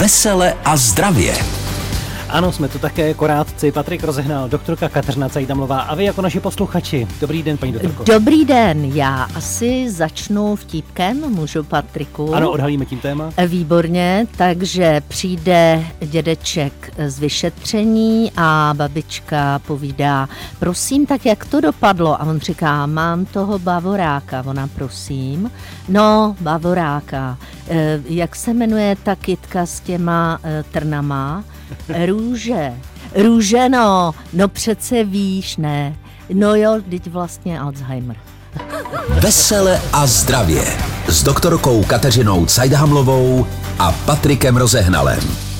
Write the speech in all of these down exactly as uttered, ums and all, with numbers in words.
Vesele a zdravě. Ano, jsme tu také jako rádci. Patrik Rozehnal, doktorka Kateřina Cajdamlová a vy jako naši posluchači. Dobrý den, paní doktorko. Dobrý den, já asi začnu vtípkem, můžu, Patriku? Ano, odhalíme tím téma. Výborně, takže přijde dědeček z vyšetření a babička povídá, prosím, tak jak to dopadlo? A on říká, mám toho bavoráka. Ona, prosím, no, bavoráka. E, jak se jmenuje ta kytka s těma e, trnama? Růže. Růže, no, no přece víš, ne. No jo, teď vlastně Alzheimer. Vesele a zdravě s doktorkou Kateřinou Cajdhamlovou a Patrikem Rozehnalem.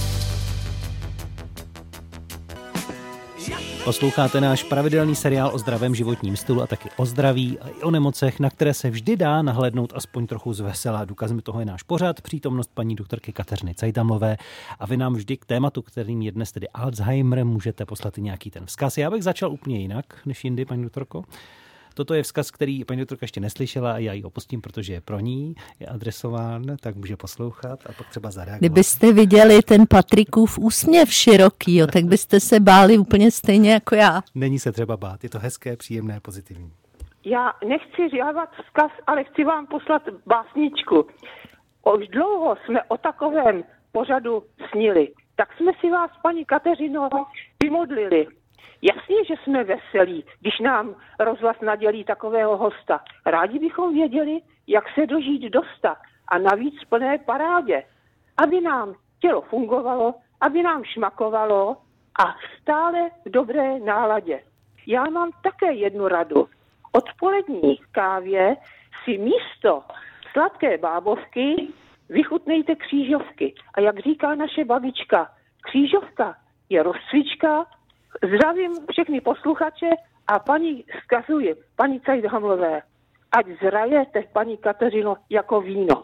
Posloucháte náš pravidelný seriál o zdravém životním stylu a taky o zdraví a i o nemocech, na které se vždy dá nahlédnout aspoň trochu zvesela. Důkazem toho je náš pořad, přítomnost paní doktorky Kateřiny Cajdamlové a vy nám vždy k tématu, kterým je dnes tedy Alzheimer, můžete poslat i nějaký ten vzkaz. Já bych začal úplně jinak než jindy, paní doktorko. Toto je vzkaz, který paní doktorka ještě neslyšela a já ji opustím, protože je pro ní, je adresován, tak může poslouchat a pak třeba zareagovat. Kdybyste viděli ten Patrikův úsměv široký, jo, tak byste se báli úplně stejně jako já. Není se třeba bát, je to hezké, příjemné, pozitivní. Já nechci dávat vzkaz, ale chci vám poslat básničku. Už dlouho jsme o takovém pořadu snili. Tak jsme si vás, paní Kateřino, vymodlili. Jasně, že jsme veselí, když nám rozhlas nadělí takového hosta. Rádi bychom věděli, jak se dožít do sta a navíc v plné parádě. Aby nám tělo fungovalo, aby nám šmakovalo a stále v dobré náladě. Já mám také jednu radu. Odpolední kávě si místo sladké bábovky vychutnejte křížovky. A jak říká naše babička, křížovka je rozcvička. Zdravím všechny posluchače a paní vzkazuji, paní Cajdhamlové, ať zrajete, paní Kateřino, jako víno.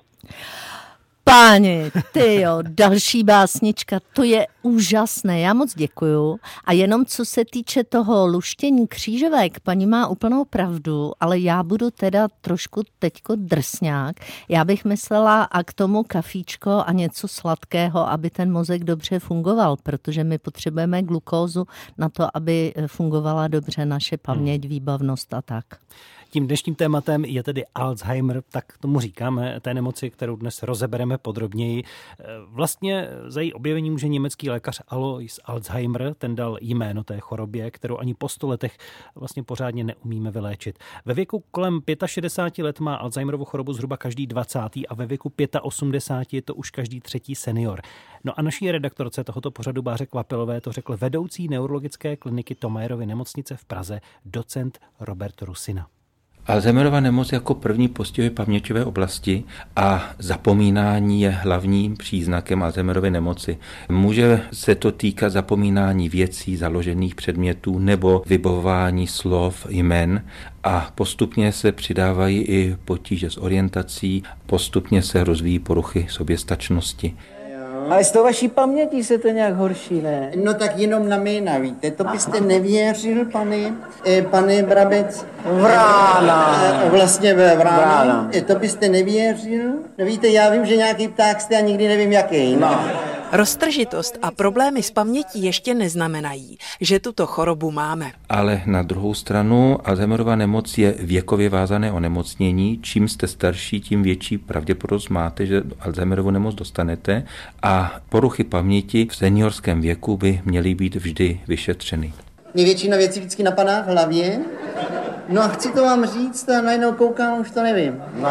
Páni, tyjo, další básnička, to je úžasné, já moc děkuju. A jenom co se týče toho luštění křížovek, paní má úplnou pravdu, ale já budu teda trošku teďko drsňák. Já bych myslela a k tomu kafíčko a něco sladkého, aby ten mozek dobře fungoval, protože my potřebujeme glukózu na to, aby fungovala dobře naše paměť, výbavnost a tak. Tím dnešním tématem je tedy Alzheimer, tak tomu říkáme, té nemoci, kterou dnes rozebereme podrobněji. Vlastně za její objevení může německý lékař Alois Alzheimer, ten dal jméno té chorobě, kterou ani po sto letech vlastně pořádně neumíme vyléčit. Ve věku kolem šedesáti pěti let má Alzheimerovu chorobu zhruba každý dvacátý a ve věku osmdesáti pěti je to už každý třetí senior. No a naší redaktorce tohoto pořadu Báře Kvapilové to řekl vedoucí neurologické kliniky Thomayerovy nemocnice v Praze, docent Robert Rusina. Alzheimerova nemoc jako první postihuje paměťové oblasti a zapomínání je hlavním příznakem Alzheimerovy nemoci. Může se to týkat zapomínání věcí, založených předmětů nebo vybavování slov, jmen a postupně se přidávají i potíže s orientací, postupně se rozvíjí poruchy soběstačnosti. Ale z toho vaší paměti se to nějak horší, ne? No tak jenom na jména, víte, to byste nevěřil, pane, eh, pane Brabec. Vrána. Eh, vlastně ve Vrána. Vrána. Eh, to byste nevěřil? No víte, já vím, že nějaký pták jste a nikdy nevím jaký. No. Roztržitost a problémy s pamětí ještě neznamenají, že tuto chorobu máme. Ale na druhou stranu Alzheimerova nemoc je věkově vázané onemocnění. Čím jste starší, tím větší pravděpodobnost máte, že Alzheimerovu nemoc dostanete a poruchy paměti v seniorském věku by měly být vždy vyšetřeny. Mě většina věcí vždycky napadá v hlavě. No a chci to vám říct a najednou koukám, už to nevím. No,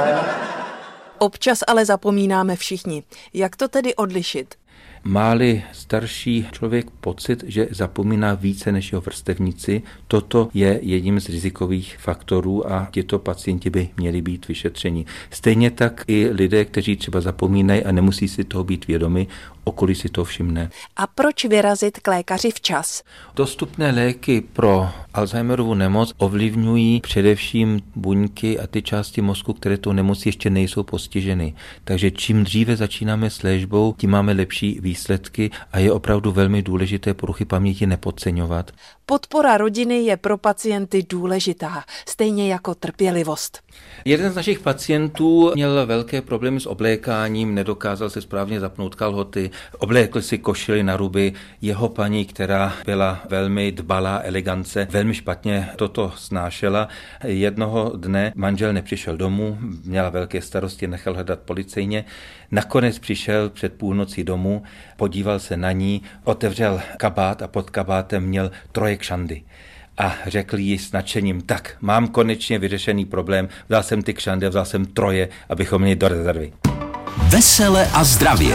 Občas ale zapomínáme všichni. Jak to tedy odlišit? Má-li starší člověk pocit, že zapomíná více než jeho vrstevníci, toto je jedním z rizikových faktorů a tito pacienti by měli být vyšetřeni. Stejně tak i lidé, kteří třeba zapomínají a nemusí si toho být vědomi, okolí si to všimne. A proč vyrazit k lékaři včas? Dostupné léky pro Alzheimerovu nemoc ovlivňují především buňky a ty části mozku, které tou nemocí ještě nejsou postiženy. Takže čím dříve začínáme s léčbou, tím máme lepší výsledky a je opravdu velmi důležité poruchy paměti nepodceňovat. Podpora rodiny je pro pacienty důležitá, stejně jako trpělivost. Jeden z našich pacientů měl velké problémy s oblékáním, nedokázal se správně zapnout kalhoty, oblékl si košili na ruby. Jeho paní, která byla velmi dbalá elegance, velmi špatně toto snášela. Jednoho dne manžel nepřišel domů, měla velké starosti, nechal hledat policejně. Nakonec přišel před půlnocí domů, podíval se na ní, otevřel kabát a pod kabátem měl troje kšandy. A řekl jí s nadšením, tak, mám konečně vyřešený problém, vzal jsem ty kšandy, vzal jsem troje, abychom měli do rezervy. Vesele a zdravě.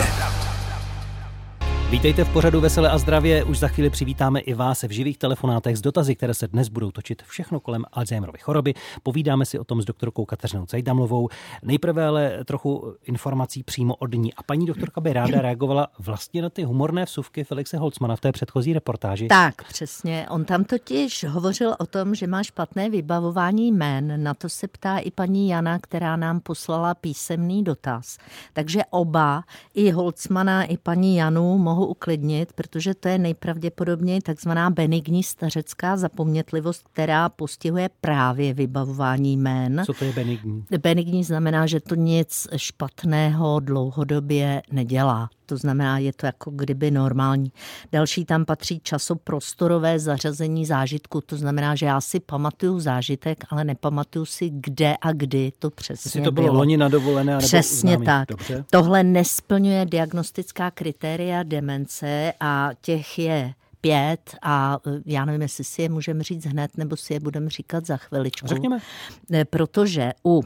Vítejte v pořadu Vesele a zdravě. Už za chvíli přivítáme i vás v živých telefonátech s dotazy, které se dnes budou točit všechno kolem Alzheimerovy choroby. Povídáme si o tom s doktorkou Kateřinou Cajdamlovou. Nejprve ale trochu informací přímo od ní. A paní doktorka by ráda reagovala vlastně na ty humorné vsuvky Felixe Holzmana v té předchozí reportáži. Tak, přesně. On tam totiž hovořil o tom, že má špatné vybavování jmén. Na to se ptá i paní Jana, která nám poslala písemný dotaz. Takže oba, i Holzmana, i paní Janu, mohou uklidnit, protože to je nejpravděpodobněji takzvaná benigní stařecká zapomnětlivost, která postihuje právě vybavování jmén. Co to je benigní? Benigní znamená, že to nic špatného dlouhodobě nedělá. To znamená, je to jako kdyby normální. Další tam patří časoprostorové zařazení zážitku. To znamená, že já si pamatuju zážitek, ale nepamatuju si, kde a kdy to přesně Jestli to bylo. bylo loni na dovolené. Přesně tak. Dobře. Tohle nesplňuje diagnostická kritéria demence a těch je pět a já nevím, jestli si je můžeme říct hned, nebo si je budeme říkat za chviličku. Řekněme. Protože u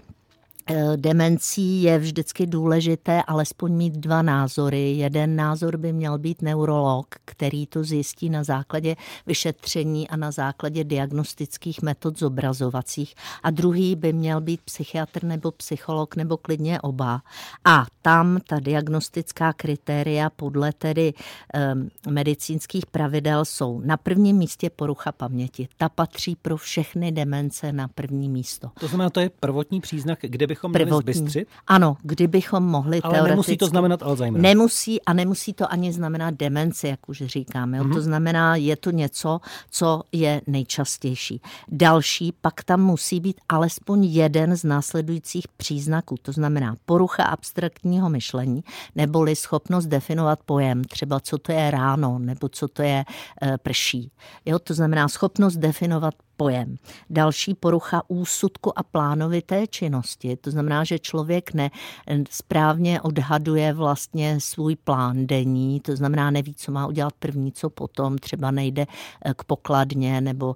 demencí je vždycky důležité alespoň mít dva názory. Jeden názor by měl být neurolog, který to zjistí na základě vyšetření a na základě diagnostických metod zobrazovacích. A druhý by měl být psychiatr nebo psycholog nebo klidně oba. A tam ta diagnostická kritéria podle tedy um, medicínských pravidel jsou na prvním místě porucha paměti. Ta patří pro všechny demence na první místo. To znamená, to je prvotní příznak, kde by Měli zbystřit? Ano, kdybychom mohli ale teoreticky. Nemusí to znamenat Alzheimer. Nemusí a nemusí to ani znamenat demenci, jak už říkáme. Mm-hmm. To znamená, je to něco, co je nejčastější. Další, pak tam musí být alespoň jeden z následujících příznaků. To znamená porucha abstraktního myšlení, neboli schopnost definovat pojem, třeba co to je ráno, nebo co to je e, prší. Jo, to znamená schopnost definovat pojem. Další porucha úsudku a plánovité činnosti. To znamená, že člověk ne správně odhaduje vlastně svůj plán denní, to znamená neví, co má udělat první, co potom, třeba nejde k pokladně nebo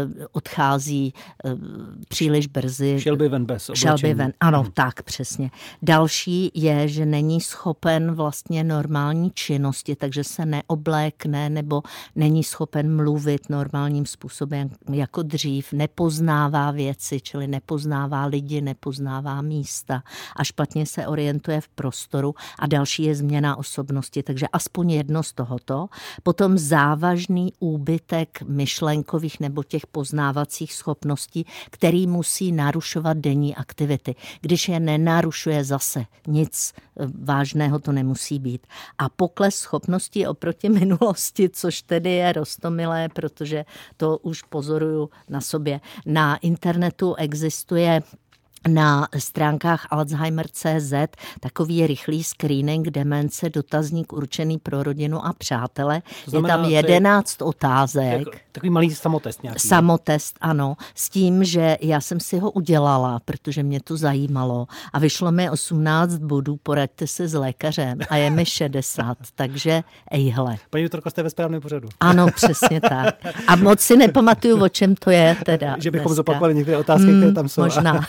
odchází příliš brzy. Šel by ven bez oblečení. Šel by ven, ano, hmm. tak přesně. Další je, že není schopen vlastně normální činnosti, takže se neoblékne nebo není schopen mluvit normálním způsobem jako dřív, nepoznává věci, čili nepoznává lidi, nepoznává místa a špatně se orientuje v prostoru a další je změna osobnosti, takže aspoň jedno z tohoto. Potom závažný úbytek myšlenkových nebo těch poznávacích schopností, který musí narušovat denní aktivity. Když je nenarušuje zase, nic vážného to nemusí být. A pokles schopností oproti minulosti, což tedy je roztomilé, protože to už pozoruju na sobě. Na internetu existuje na stránkách Alzheimer tečka cé zet takový rychlý screening demence, dotazník určený pro rodinu a přátele. Znamená, je tam jedenáct je otázek. Jako, takový malý samotest nějaký. Samotest, ano. S tím, že já jsem si ho udělala, protože mě to zajímalo. A vyšlo mi osmnáct bodů, poraďte se s lékařem. A je mi šedesát, takže ejhle. Paní doktorko, jste ve správném pořadu. Ano, přesně tak. A moc si nepamatuju, o čem to je teda. Že bychom zopakovali některé otázky, které tam jsou. Možná.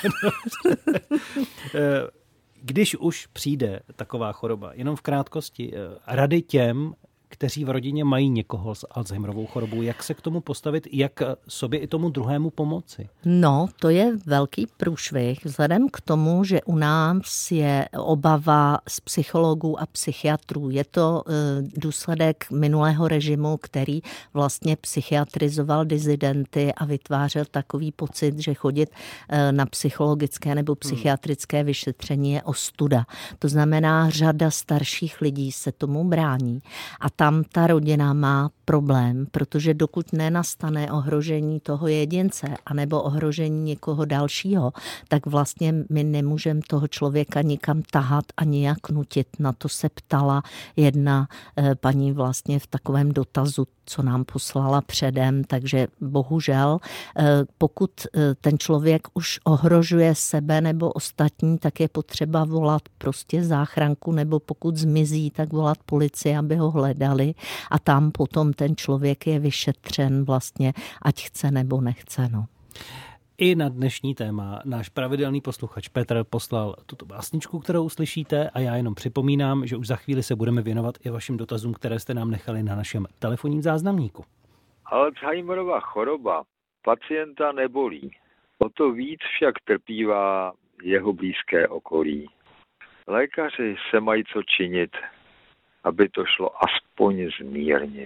Když už přijde taková choroba, jenom v krátkosti, rady těm, kteří v rodině mají někoho s Alzheimerovou chorobou, jak se k tomu postavit, jak sobě i tomu druhému pomoci? No, to je velký průšvih, vzhledem k tomu, že u nás je obava z psychologů a psychiatrů. Je to e, důsledek minulého režimu, který vlastně psychiatrizoval dizidenty a vytvářel takový pocit, že chodit e, na psychologické nebo psychiatrické vyšetření je ostuda. To znamená, řada starších lidí se tomu brání. A tam tam ta rodina má problém, protože dokud nenastane ohrožení toho jedince anebo ohrožení někoho dalšího, tak vlastně my nemůžeme toho člověka nikam tahat a nijak nutit. Na to se ptala jedna paní vlastně v takovém dotazu, co nám poslala předem, takže bohužel, pokud ten člověk už ohrožuje sebe nebo ostatní, tak je potřeba volat prostě záchranku, nebo pokud zmizí, tak volat policii, aby ho hledali a tam potom ten člověk je vyšetřen vlastně, ať chce nebo nechce. No. I na dnešní téma náš pravidelný posluchač Petr poslal tuto básničku, kterou uslyšíte, a já jenom připomínám, že už za chvíli se budeme věnovat i vašim dotazům, které jste nám nechali na našem telefonním záznamníku. Alzheimerova choroba pacienta nebolí. O to víc však trpívá jeho blízké okolí. Lékaři se mají co činit, aby to šlo aspoň zmírnit.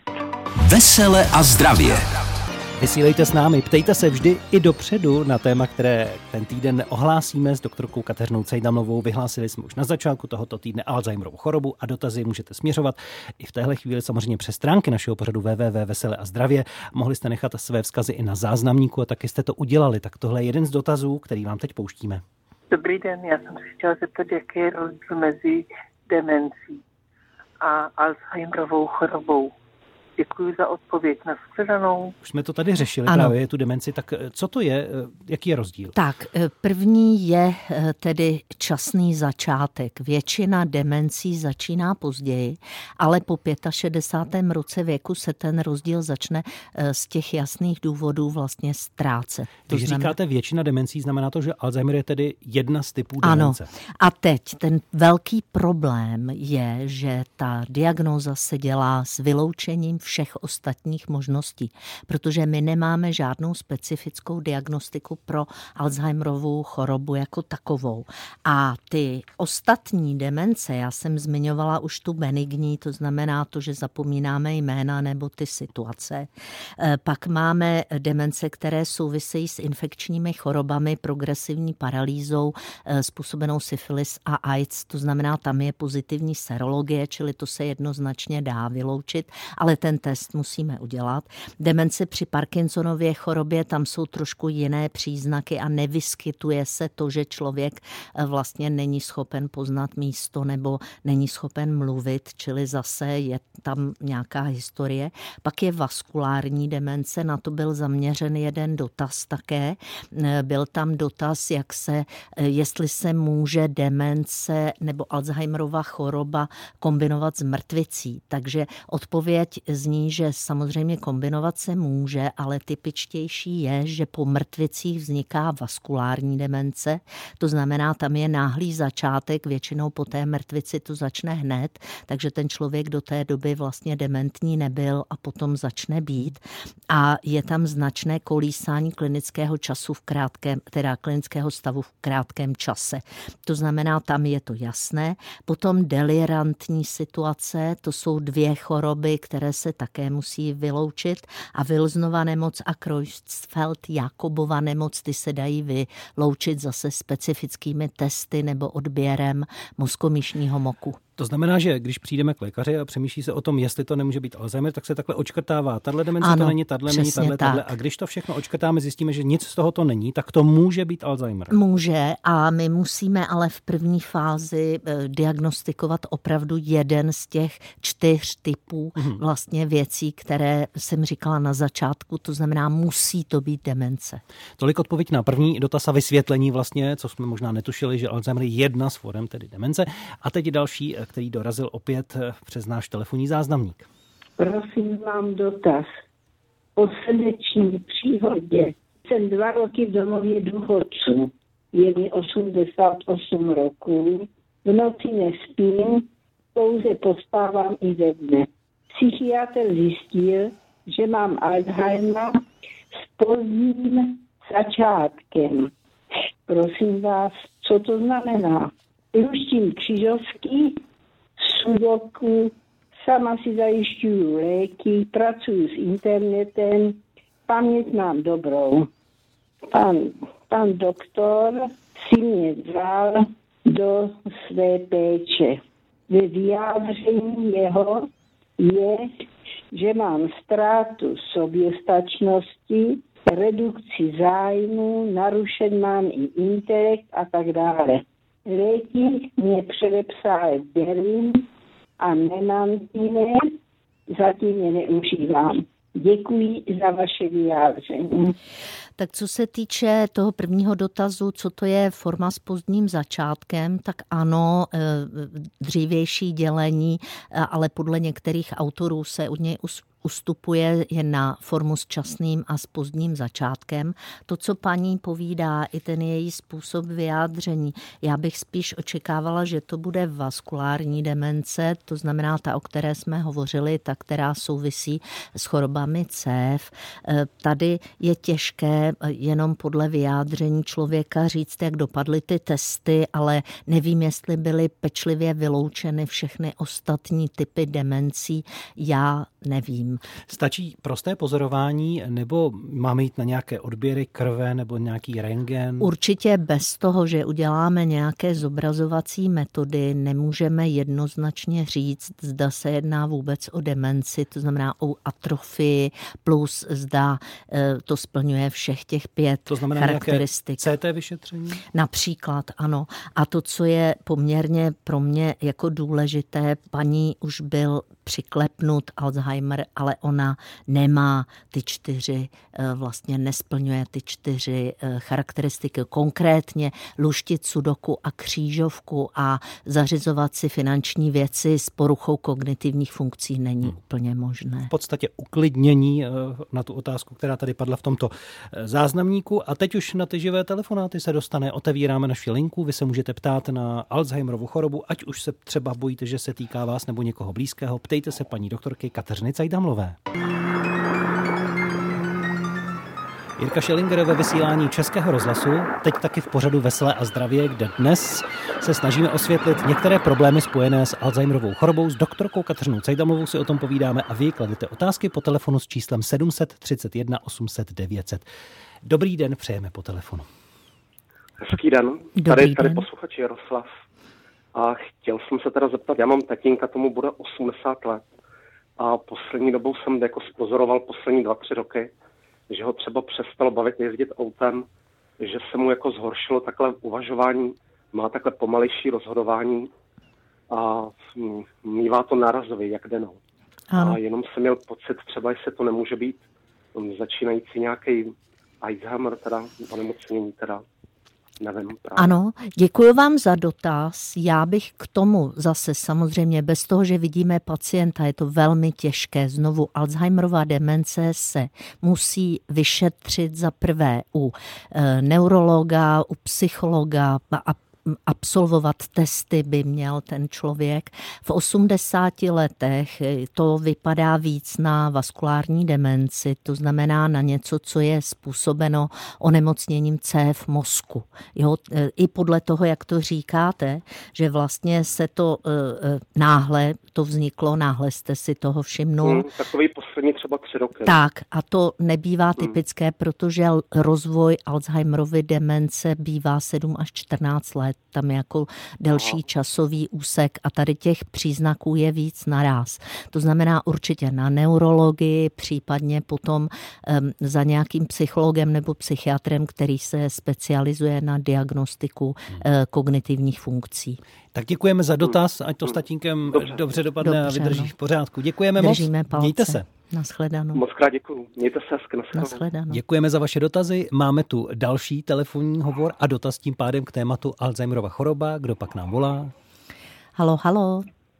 Vesele a zdravě. Vysílejte s námi, ptejte se vždy i dopředu na téma, které ten týden ohlásíme s doktorkou Kateřinou Cejdamovou. Vyhlásili jsme už na začátku tohoto týdne Alzheimerovu chorobu a dotazy můžete směřovat i v téhle chvíli samozřejmě přes stránky našeho pořadu w w w tečka vesele a zdravě. Mohli jste nechat své vzkazy i na záznamníku a taky jste to udělali. Tak tohle je jeden z dotazů, který vám teď pouštíme. Dobrý den, já jsem se chtěla zeptat, jaký je rozdíl mezi demencí a Alzheimerovou chorobou. Děkuji za odpověď. Na shledanou. Už jsme to tady řešili, ano. Právě je tu demenci. Tak co to je? Jaký je rozdíl? Tak, první je tedy časný začátek. Většina demencí začíná později, ale po šedesátém pátém roce věku se ten rozdíl začne z těch jasných důvodů vlastně ztrácet. Když znamená... říkáte většina demencí, znamená to, že Alzheimer je tedy jedna z typů ano. demence. A teď ten velký problém je, že ta diagnóza se dělá s vyloučením všech ostatních možností, protože my nemáme žádnou specifickou diagnostiku pro Alzheimerovu chorobu jako takovou. A ty ostatní demence, já jsem zmiňovala už tu benigní, to znamená to, že zapomínáme jména nebo ty situace. Pak máme demence, které souvisejí s infekčními chorobami, progresivní paralýzou způsobenou syfilis a AIDS, to znamená, tam je pozitivní serologie, čili to se jednoznačně dá vyloučit, ale ten test musíme udělat. Demence při Parkinsonově chorobě, tam jsou trošku jiné příznaky a nevyskytuje se to, že člověk vlastně není schopen poznat místo nebo není schopen mluvit, čili zase je tam nějaká historie. Pak je vaskulární demence, na to byl zaměřen jeden dotaz také. Byl tam dotaz, jak se, jestli se může demence nebo Alzheimerova choroba kombinovat s mrtvicí. Takže odpověď zní, že samozřejmě kombinovat se může, ale typičtější je, že po mrtvicích vzniká vaskulární demence. To znamená, tam je náhlý začátek, většinou po té mrtvici to začne hned, takže ten člověk do té doby vlastně dementní nebyl a potom začne být. A je tam značné kolísání klinického času v krátkém, teda klinického stavu v krátkém čase. To znamená, tam je to jasné. Potom delirantní situace, to jsou dvě choroby, které se také musí vyloučit, a Wilsonova nemoc a Creutzfeldt-Jakobova nemoc, ty se dají vyloučit zase specifickými testy nebo odběrem mozkomyšního moku. To znamená, že když přijdeme k lékaři a přemýšlí se o tom, jestli to nemůže být Alzheimer, tak se takhle očkrtává. Tadle demence ano, to není, tadle není, tadle, tadle. A když to všechno očkrtáme, zjistíme, že nic z toho to není, tak to může být Alzheimer. Může, a my musíme ale v první fázi diagnostikovat opravdu jeden z těch čtyř typů mm-hmm. vlastně věcí, které jsem říkala na začátku, to znamená, musí to být demence. Tolik odpověď na první dotaz a vysvětlení vlastně, co jsme možná netušili, že Alzheimer je jedna z forem tedy demence. A teď další, který dorazil opět přes náš telefonní záznamník. Prosím, mám dotaz. O srdeční příhodě. Jsem dva roky v domově důchodců. Je mi osmdesát osm roků. V noci nespím, pouze pospávám i ze dne. Psychiatr zjistil, že mám Alzheimer s pozdním začátkem. Prosím vás, co to znamená? Luštím křižovky, sudoku, sama si zajišťuju léky, pracuji s internetem, paměť mám dobrou. Pan, pan doktor si mě vzal do své péče. Ve vyjádření jeho je, že mám ztrátu soběstačnosti, redukci zájmu, narušen mám i intelekt a tak dále. Léky mě předepsal Berlin a nemám jiné, zatím je neužívám. Děkuji za vaše vyjádření. Tak co se týče toho prvního dotazu, co to je forma s pozdním začátkem, tak ano, dřívější dělení, ale podle některých autorů se od něj ustupuje jen na formu s časným a s pozdním začátkem. To, co paní povídá, i ten její způsob vyjádření, já bych spíš očekávala, že to bude vaskulární demence, to znamená ta, o které jsme hovořili, ta, která souvisí s chorobami cév. Tady je těžké jenom podle vyjádření člověka říct, jak dopadly ty testy, ale nevím, jestli byly pečlivě vyloučeny všechny ostatní typy demencí. Já nevím. Stačí prosté pozorování nebo máme jít na nějaké odběry krve nebo nějaký rentgen? Určitě bez toho, že uděláme nějaké zobrazovací metody, nemůžeme jednoznačně říct, zda se jedná vůbec o demenci, to znamená o atrofii, plus zda to splňuje všech těch pět to znamená charakteristik. C T vyšetření? Například, ano. A to, co je poměrně pro mě jako důležité, paní už byl přiklepnut Alzheimer, ale ona nemá ty čtyři, vlastně nesplňuje ty čtyři charakteristiky. Konkrétně luštit sudoku a křížovku a zařizovat si finanční věci s poruchou kognitivních funkcí není hmm. úplně možné. V podstatě uklidnění na tu otázku, která tady padla v tomto záznamníku. A teď už na ty živé telefonáty se dostane. Otevíráme naši linku. Vy se můžete ptát na Alzheimerovu chorobu, ať už se třeba bojíte, že se týká vás nebo někoho blízkého. Ptejte se paní doktorky Kateřiny Cajdamlové. Jirka Schillinger ve vysílání Českého rozhlasu, teď taky v pořadu Veselé a zdravě, kde dnes se snažíme osvětlit některé problémy spojené s Alzheimerovou chorobou. S doktorkou Kateřinou Cajdamlovou si o tom povídáme a vy kladete otázky po telefonu s číslem sedm set třicet jedna osm set devět set. Dobrý den, přejeme po telefonu. Hezký den, tady, tady posluchač Jaroslav. A chtěl jsem se teda zeptat, já mám tatínka, tomu bude osmdesát let. A poslední dobou jsem jako spozoroval poslední dva, tři roky, že ho třeba přestalo bavit jezdit autem, že se mu jako zhoršilo takhle uvažování, má takhle pomalejší rozhodování a mívá to nárazově, jak denou. Ano. A jenom jsem měl pocit, třeba jestli to nemůže být začínající nějaký Alzheimer, teda onemocnění, teda nevím. Právě. Ano, děkuji vám za dotaz. Já bych k tomu zase samozřejmě bez toho, že vidíme pacienta, je to velmi těžké. Znovu Alzheimerova demence se musí vyšetřit za prvé u e, neurologa, u psychologa a absolvovat testy by měl ten člověk. V osmdesáti letech to vypadá víc na vaskulární demenci, to znamená na něco, co je způsobeno onemocněním cév mozku. Jo, i podle toho, jak to říkáte, že vlastně se to náhle, to vzniklo, náhle jste si toho všimnul. Hmm, takový poslední třeba tři roky. Tak a to nebývá typické, hmm. protože rozvoj Alzheimerovy demence bývá sedm až čtrnáct let. Tam je jako delší časový úsek a tady těch příznaků je víc naráz. To znamená určitě na neurologii, případně potom um, za nějakým psychologem nebo psychiatrem, který se specializuje na diagnostiku uh, kognitivních funkcí. Tak děkujeme za dotaz, ať to s tatínkem dobře, dobře dopadne dobře, a vydrží no. v pořádku. Děkujeme Držíme moc. Palce. Mějte se. Nashledanou. Moc krát děkuju. Mějte se hezky. Nashledanou. Děkujeme za vaše dotazy. Máme tu další telefonní hovor a dotaz tím pádem k tématu Alzheimerova choroba. Kdo pak nám volá? Halo, halo.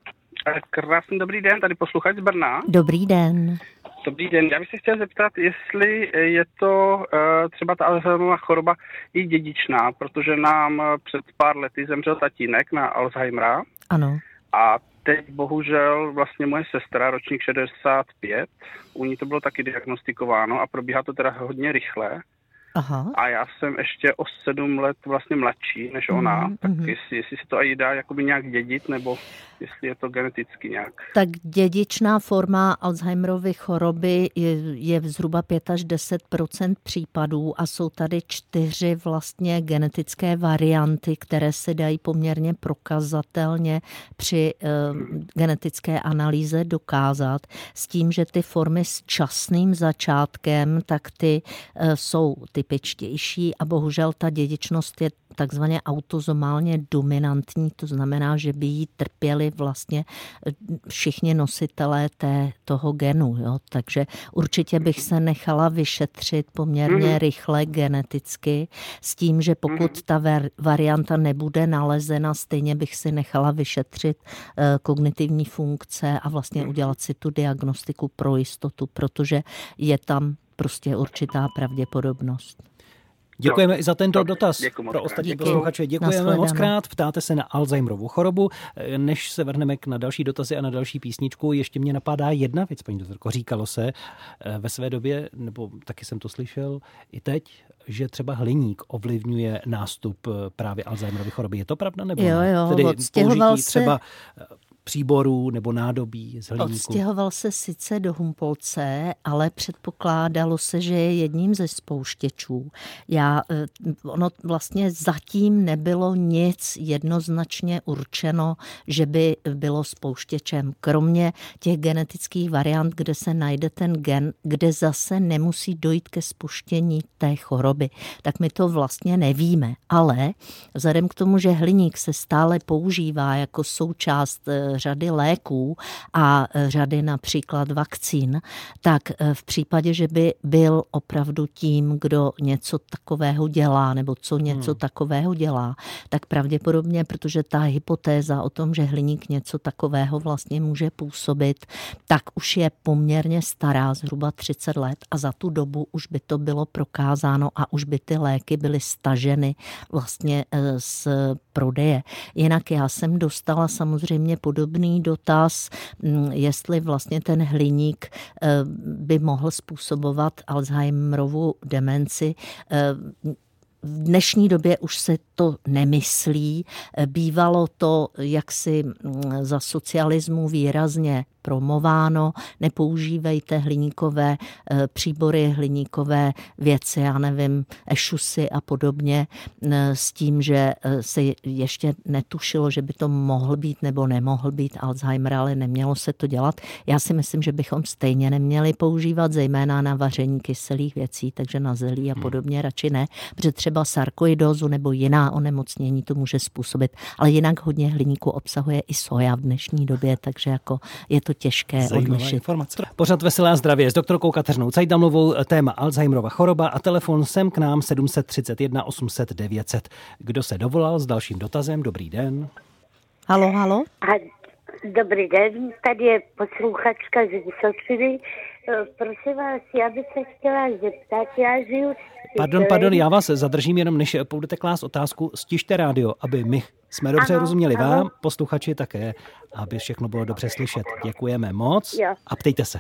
Krásný dobrý den, tady posluchač z Brna. Dobrý den. Dobrý den, já bych se chtěl zeptat, jestli je to uh, třeba ta Alzheimerova choroba i dědičná, protože nám před pár lety zemřel tatínek na Alzheimera. Ano. A teď bohužel vlastně moje sestra, ročník šedesát pět, u ní to bylo taky diagnostikováno a probíhá to teda hodně rychle. Aha. A já jsem ještě o sedm let vlastně mladší než ona. Mm-hmm. Tak jestli, jestli se to i dá jakoby nějak dědit, nebo jestli je to geneticky nějak. Tak dědičná forma Alzheimerovy choroby je, je zhruba pět až deset procent případů a jsou tady čtyři vlastně genetické varianty, které se dají poměrně prokazatelně při eh, genetické analýze dokázat. S tím, že ty formy s časným začátkem, tak ty eh, jsou typičtější a bohužel ta dědičnost je takzvaně autozomálně dominantní, to znamená, že by jí trpěli vlastně všichni nositelé té, toho genu. Jo? Takže určitě bych se nechala vyšetřit poměrně mm. rychle geneticky s tím, že pokud ta varianta nebude nalezena, stejně bych si nechala vyšetřit uh, kognitivní funkce a vlastně udělat si tu diagnostiku pro jistotu, protože je tam prostě určitá pravděpodobnost. Děkujeme no, i za tento tak, dotaz. Pro ostatní posluchače děkujeme moc krát. Ptáte se na Alzheimerovu chorobu. Než se vrhneme na další dotazy a na další písničku, ještě mě napadá jedna věc, paní doktorko. Říkalo se ve své době, nebo taky jsem to slyšel i teď, že třeba hliník ovlivňuje nástup právě Alzheimerovy choroby. Je to pravda? Nebo jo, jo, tedy odstěhoval se... třeba příborů nebo nádobí z hliníku. Odstěhoval se sice do Humpolce, ale předpokládalo se, že je jedním ze spouštěčů. Já, ono vlastně zatím nebylo nic jednoznačně určeno, že by bylo spouštěčem. Kromě těch genetických variant, kde se najde ten gen, kde zase nemusí dojít ke spuštění té choroby, tak my to vlastně nevíme. Ale vzhledem k tomu, že hliník se stále používá jako součást řady léků a řady například vakcín, tak v případě, že by byl opravdu tím, kdo něco takového dělá, nebo co něco hmm. takového dělá, tak pravděpodobně, protože ta hypotéza o tom, že hliník něco takového vlastně může působit, tak už je poměrně stará, zhruba třicet let a za tu dobu už by to bylo prokázáno a už by ty léky byly staženy vlastně z prodeje. Jinak já jsem dostala samozřejmě podobný dotaz, jestli vlastně ten hliník by mohl způsobovat Alzheimerovu demenci. V dnešní době už se to nemyslí. Bývalo to jaksi za socialismu výrazně promováno, nepoužívejte hliníkové příbory, hliníkové věci, já nevím, ešusy a podobně, s tím, že se ještě netušilo, že by to mohl být nebo nemohl být Alzheimer, ale nemělo se to dělat. Já si myslím, že bychom stejně neměli používat, zejména na vaření kyselých věcí, takže na zelí a podobně radši ne, protože třeba sarkoidózu nebo jiná onemocnění to může způsobit, ale jinak hodně hliníku obsahuje i soja v dnešní době, takže jako je to těžké odlišit. Informace. Pořad Veselé a zdravě s doktorkou Kateřinou Cajdamovou, téma Alzheimerova choroba a telefon sem k nám sedm set třicet jedna osm set devět set. Kdo se dovolal s dalším dotazem? Dobrý den. Halo, halo. A, dobrý den, tady je posluchačka z Vysočiny. Prosím vás, já bych se chtěla zeptat, já žiju... Pardon, pardon, já vás zadržím jenom, než budete klást otázku, stište rádio, aby my jsme dobře ano, rozuměli ano. vám, posluchači také, aby všechno bylo dobře slyšet. Děkujeme moc jo. A ptejte se.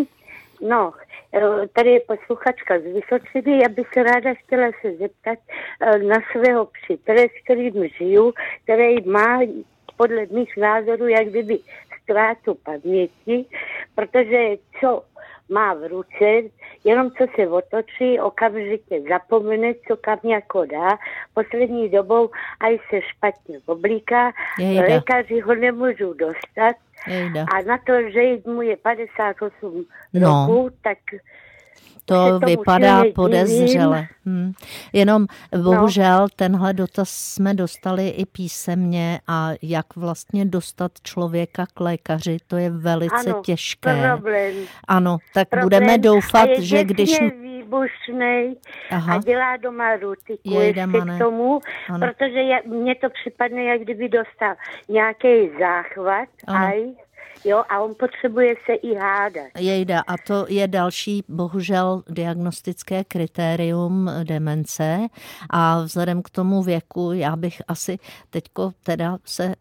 No, tady je posluchačka z Vysočiny, já bych se ráda chtěla se zeptat na svého přítele, s kterým žiju, který má podle mých názorů jak kdyby ztrátu paměti, protože co má v ruce, jenom co se otočí, okamžitě zapomene, co kam jako dá. Poslední dobou aj se špatně oblíká, lékaři ho nemůžou dostat. Jejda. A na to, že mu je padesát osm no. roků, tak... To vypadá podezřele. Hmm. Jenom bohužel no. tenhle dotaz jsme dostali i písemně a jak vlastně dostat člověka k lékaři, to je velice ano, těžké. Problém. Ano, tak problém. budeme doufat, a je že když... výbušnej a dělá doma rutiku ještě k tomu, ano. protože je, mně to připadne, jak kdyby dostal nějaký záchvat, aj, jo, a on potřebuje se i hádat. Jejda, a to je další, bohužel, diagnostické kritérium demence a vzhledem k tomu věku, já bych asi teďko teda se,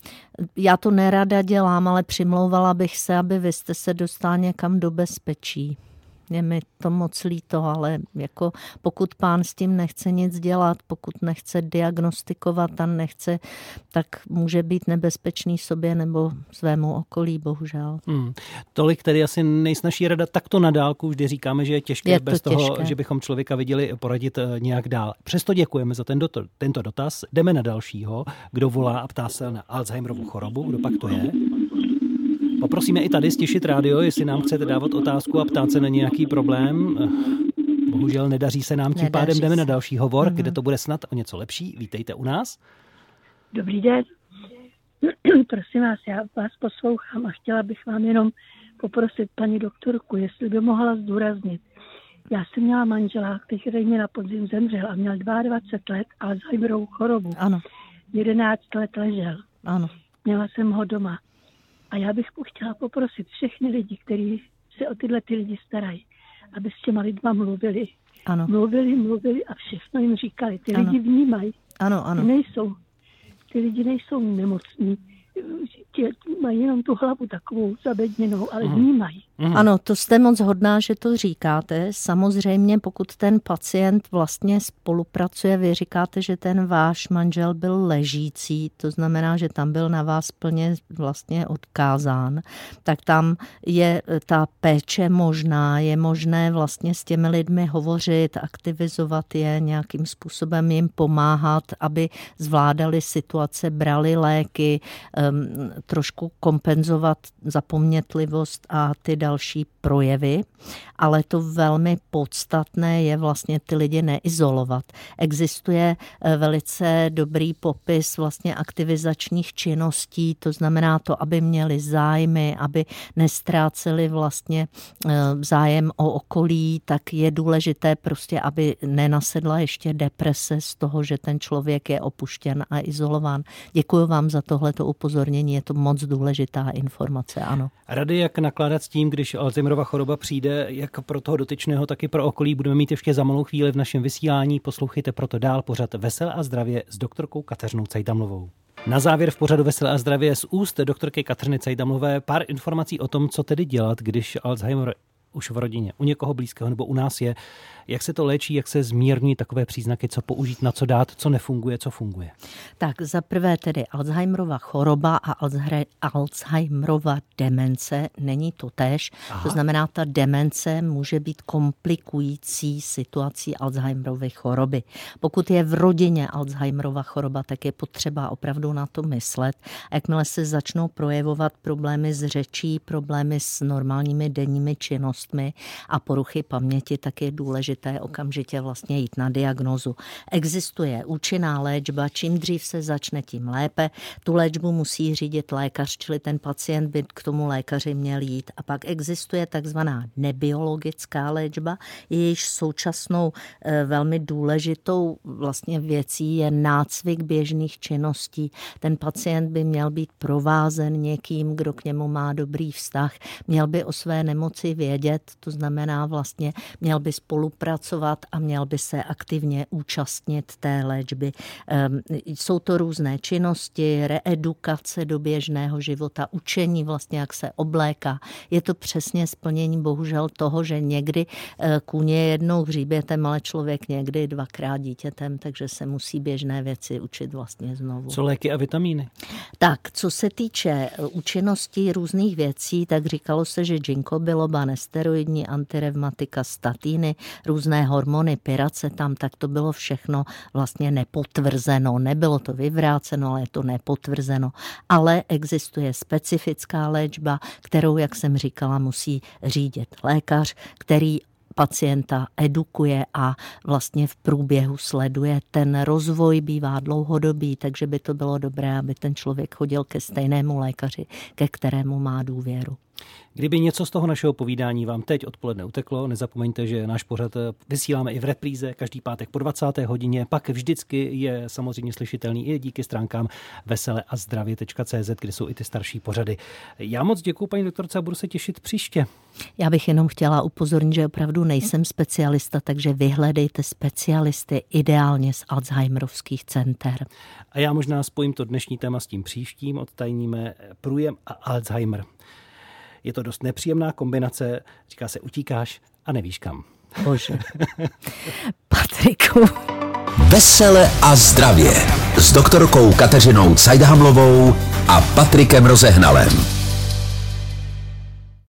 já to nerada dělám, ale přimlouvala bych se, aby vy jste se dostal někam do bezpečí. Je mi to moc líto, ale jako pokud pán s tím nechce nic dělat, pokud nechce diagnostikovat a nechce, tak může být nebezpečný sobě nebo svému okolí, bohužel. Hmm. Tolik tedy asi nejsnažší rada takto na dálku, vždy říkáme, že je těžké je bez toho, těžké. Že bychom člověka viděli poradit nějak dál. Přesto děkujeme za tento, tento dotaz. Jdeme na dalšího, kdo volá a ptá se na Alzheimerovu chorobu. Kdo pak to je? Poprosíme i tady stišit rádio, jestli nám chcete dávat otázku a ptát se na nějaký problém. Bohužel nedaří se nám, tím nedaří pádem jdeme se. Na další hovor, mm-hmm. kde to bude snad o něco lepší. Vítejte u nás. Dobrý den. Prosím vás, já vás poslouchám a chtěla bych vám jenom poprosit paní doktorku, jestli by mohla zdůraznit. Já jsem měla manžela, který mi na podzim zemřel a měl dvacet dva let Alzheimerovou chorobu. Ano. jedenáct let ležel. Ano. Měla jsem ho doma. A já bych chtěla poprosit všechny lidi, kteří se o tyhle ty lidi starají, aby s těma lidma mluvili. Ano. Mluvili, mluvili a všechno jim říkali. Ty ano. lidi vnímají. Ano, ano. Ty nejsou, ty lidi nejsou nemocní. Tě, mají jenom tu hlavu takovou zabedněnou, ale vnímají. Ano, to jste moc hodná, že to říkáte. Samozřejmě, pokud ten pacient vlastně spolupracuje, vy říkáte, že ten váš manžel byl ležící, to znamená, že tam byl na vás plně vlastně odkázán, tak tam je ta péče možná, je možné vlastně s těmi lidmi hovořit, aktivizovat je, nějakým způsobem jim pomáhat, aby zvládali situace, brali léky, um, trošku kompenzovat zapomnětlivost a ty další projevy, ale to velmi podstatné je vlastně ty lidi neizolovat. Existuje velice dobrý popis vlastně aktivizačních činností, to znamená to, aby měli zájmy, aby nestráceli vlastně zájem o okolí, tak je důležité prostě, aby nenasedla ještě deprese z toho, že ten člověk je opuštěn a izolován. Děkuji vám za tohleto upozornění, je to moc důležitá informace, ano. Rady, jak nakládat s tím, když Alzheimerova choroba přijde, jak pro toho dotyčného, tak i pro okolí, budeme mít ještě za malou chvíli v našem vysílání. Poslouchejte proto dál pořad Veselé a zdravě s doktorkou Kateřinou Cajdamlovou. Na závěr v pořadu Veselé a zdravě z úst doktorky Kateřiny Cajdamlové pár informací o tom, co tedy dělat, když Alzheimer už v rodině, u někoho blízkého nebo u nás je. Jak se to léčí, jak se zmírní takové příznaky, co použít, na co dát, co nefunguje, co funguje? Tak za prvé tedy Alzheimerova choroba a Alzheimerova demence není to též. Aha. To znamená, ta demence může být komplikující situací Alzheimerovy choroby. Pokud je v rodině Alzheimerova choroba, tak je potřeba opravdu na to myslet. A jakmile se začnou projevovat problémy s řečí, problémy s normálními denními činnostmi a poruchy paměti, tak je důležité okamžitě vlastně jít na diagnózu. Existuje účinná léčba, čím dřív se začne, tím lépe. Tu léčbu musí řídit lékař, čili ten pacient by k tomu lékaři měl jít. A pak existuje takzvaná nebiologická léčba, jejíž současnou velmi důležitou vlastně věcí je nácvik běžných činností. Ten pacient by měl být provázen někým, kdo k němu má dobrý vztah, měl by o své nemoci vědět, to znamená vlastně měl by spolupracovat a měl by se aktivně účastnit té léčby. Jsou to různé činnosti, reedukace do běžného života, učení vlastně, jak se obléká. Je to přesně splnění bohužel toho, že někdy kůně jednou hříbětem, ale člověk někdy dvakrát dítětem, takže se musí běžné věci učit vlastně znovu. Co léky a vitamíny? Tak, co se týče účinností různých věcí, tak říkalo se, že ginkgo biloba, nesteroidní antirevmatika, statiny, různé hormony, piracetam, tak to bylo všechno vlastně nepotvrzeno. Nebylo to vyvráceno, ale je to nepotvrzeno. Ale existuje specifická léčba, kterou, jak jsem říkala, musí řídit lékař, který pacienta edukuje a vlastně v průběhu sleduje. Ten rozvoj bývá dlouhodobý, takže by to bylo dobré, aby ten člověk chodil ke stejnému lékaři, ke kterému má důvěru. Kdyby něco z toho našeho povídání vám teď odpoledne uteklo, nezapomeňte, že náš pořad vysíláme i v repríze každý pátek po dvacáté hodině, pak vždycky je samozřejmě slyšitelný i díky stránkám vesele a zdravě tečka cé zet, kde jsou i ty starší pořady. Já moc děkuju, paní doktorce, a budu se těšit příště. Já bych jenom chtěla upozornit, že opravdu nejsem specialista, takže vyhledejte specialisty ideálně z Alzheimerovských center. A já možná spojím to dnešní téma s tím příštím, odtajníme průjem a Alzheimer. Je to dost nepříjemná kombinace, říká se utíkáš a nevíš kam. Bože. Patriku. Vesele a zdravě s doktorkou Kateřinou Cajdhamlovou a Patrikem Rozehnalem.